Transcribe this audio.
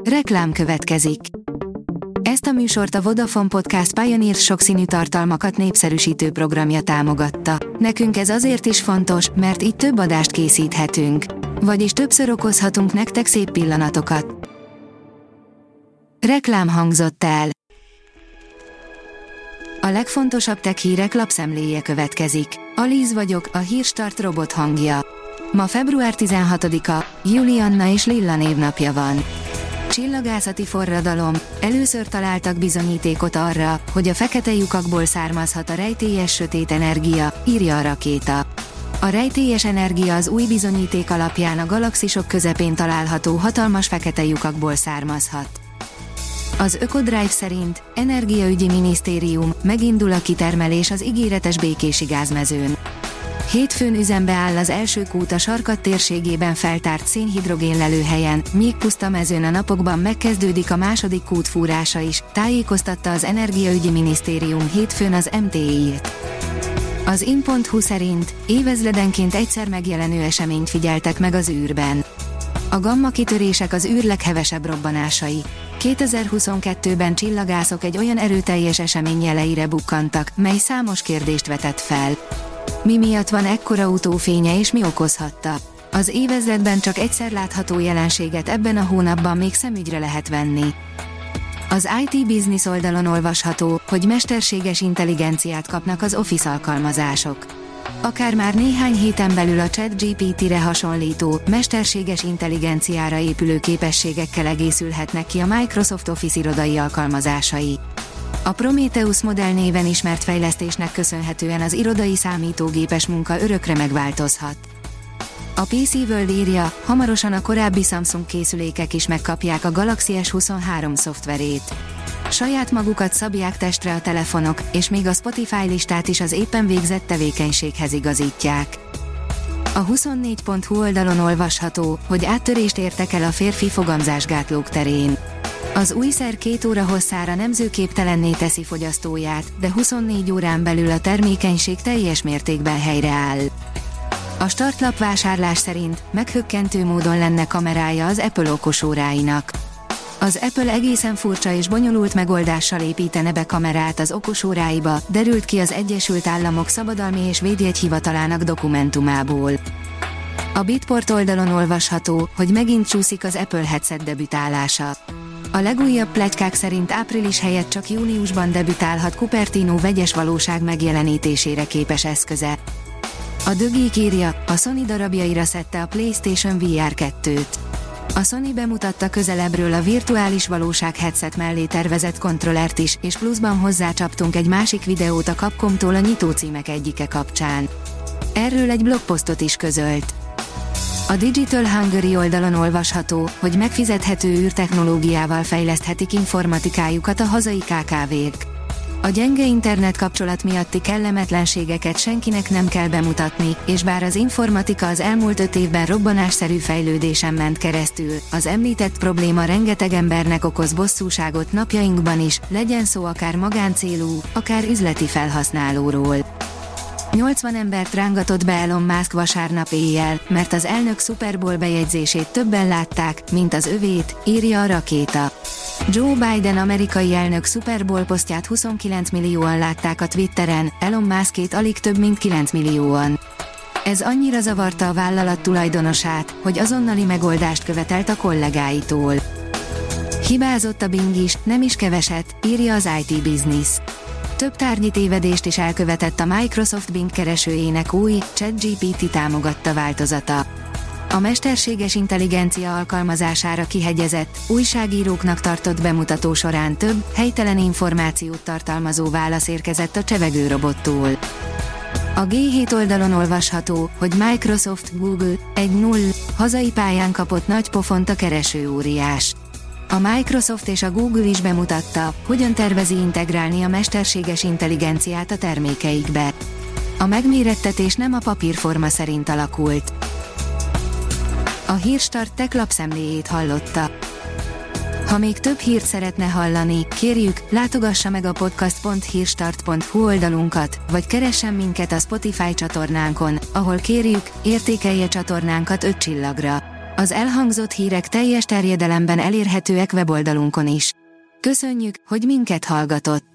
Reklám következik. Ezt a műsort a Vodafone Podcast Pioneer sokszínű tartalmakat népszerűsítő programja támogatta. Nekünk ez azért is fontos, mert így több adást készíthetünk. Vagyis többször okozhatunk nektek szép pillanatokat. Reklám hangzott el. A legfontosabb tech hírek lapszemléje következik. Alíz vagyok, a Hírstart robot hangja. Ma február 16-a, Julianna és Lilla névnapja van. Csillagászati forradalom, először találtak bizonyítékot arra, hogy a fekete lyukakból származhat a rejtélyes sötét energia, írja a Rakéta. A rejtélyes energia az új bizonyíték alapján a galaxisok közepén található hatalmas fekete lyukakból származhat. Az Ökodrive szerint, Energiaügyi Minisztérium, megindul a kitermelés az ígéretes békési gázmezőn. Hétfőn üzembe áll az első kút a Sarkat térségében feltárt szénhidrogén lelőhelyen, míg puszta mezőn a napokban megkezdődik a második kút fúrása is, tájékoztatta az Energiaügyi Minisztérium hétfőn az MTI-t. Az in.hu szerint évezredenként egyszer megjelenő eseményt figyeltek meg az űrben. A gamma kitörések az űr leghevesebb robbanásai. 2022-ben csillagászok egy olyan erőteljes esemény jeleire bukkantak, mely számos kérdést vetett fel. Mi miatt van ekkora utófénye és mi okozhatta? Az évezredben csak egyszer látható jelenséget ebben a hónapban még szemügyre lehet venni. Az IT Business oldalon olvasható, hogy mesterséges intelligenciát kapnak az Office alkalmazások. Akár már néhány héten belül a ChatGPT-re hasonlító, mesterséges intelligenciára épülő képességekkel egészülhetnek ki a Microsoft Office irodai alkalmazásai. A Prometheus modell néven ismert fejlesztésnek köszönhetően az irodai számítógépes munka örökre megváltozhat. A PC World írja, hamarosan a korábbi Samsung készülékek is megkapják a Galaxy S23 szoftverét. Saját magukat szabják testre a telefonok, és még a Spotify listát is az éppen végzett tevékenységhez igazítják. A 24.hu oldalon olvasható, hogy áttörést értek el a férfi fogamzásgátlók terén. Az új szer 2 óra hosszára nemzőképtelenné teszi fogyasztóját, de 24 órán belül a termékenység teljes mértékben helyreáll. A startlap vásárlás szerint meghökkentő módon lenne kamerája az Apple okosóráinak. Az Apple egészen furcsa és bonyolult megoldással építene be kamerát az okosóráiba, derült ki az Egyesült Államok Szabadalmi és Védjegyhivatalának dokumentumából. A Bitport oldalon olvasható, hogy megint csúszik az Apple headset debütálása. A legújabb pletykák szerint április helyett csak júniusban debütálhat Cupertino vegyes valóság megjelenítésére képes eszköze. A The Geek írja, a Sony darabjaira szedte a PlayStation VR 2-t. A Sony bemutatta közelebbről a virtuális valóság headset mellé tervezett kontrollert is, és pluszban hozzácsaptunk egy másik videót a Capcomtól a nyitócímek egyike kapcsán. Erről egy blogposztot is közölt. A Digital Hungary oldalon olvasható, hogy megfizethető űrtechnológiával fejleszthetik informatikájukat a hazai KKV-k. A gyenge internet kapcsolat miatti kellemetlenségeket senkinek nem kell bemutatni, és bár az informatika az elmúlt 5 évben robbanásszerű fejlődésen ment keresztül, az említett probléma rengeteg embernek okoz bosszúságot napjainkban is, legyen szó akár magáncélú, akár üzleti felhasználóról. 80 embert rángatott be Elon Musk vasárnap éjjel, mert az elnök Super Bowl bejegyzését többen látták, mint az övét, írja a Rakéta. Joe Biden amerikai elnök Super Bowl posztját 29 millióan látták a Twitteren, Elon Muskét alig több mint 9 millióan. Ez annyira zavarta a vállalat tulajdonosát, hogy azonnali megoldást követelt a kollégáitól. Hibázott a Bing is, nem is keveset, írja az IT Business. Több tárgyi tévedést is elkövetett a Microsoft Bing keresőjének új, ChatGPT támogatta változata. A mesterséges intelligencia alkalmazására kihegyezett, újságíróknak tartott bemutató során több, helytelen információt tartalmazó válasz érkezett a csevegő robottól. A G7 oldalon olvasható, hogy Microsoft, Google, 1-0, hazai pályán kapott nagy pofont a keresőóriás. A Microsoft és a Google is bemutatta, hogyan tervezi integrálni a mesterséges intelligenciát a termékeikbe. A megmérettetés nem a papírforma szerint alakult. A Hírstart Tech lapszemléjét hallotta. Ha még több hírt szeretne hallani, kérjük, látogassa meg a podcast.hírstart.hu oldalunkat, vagy keressen minket a Spotify csatornánkon, ahol kérjük, értékelje csatornánkat 5 csillagra. Az elhangzott hírek teljes terjedelemben elérhetőek weboldalunkon is. Köszönjük, hogy minket hallgatott!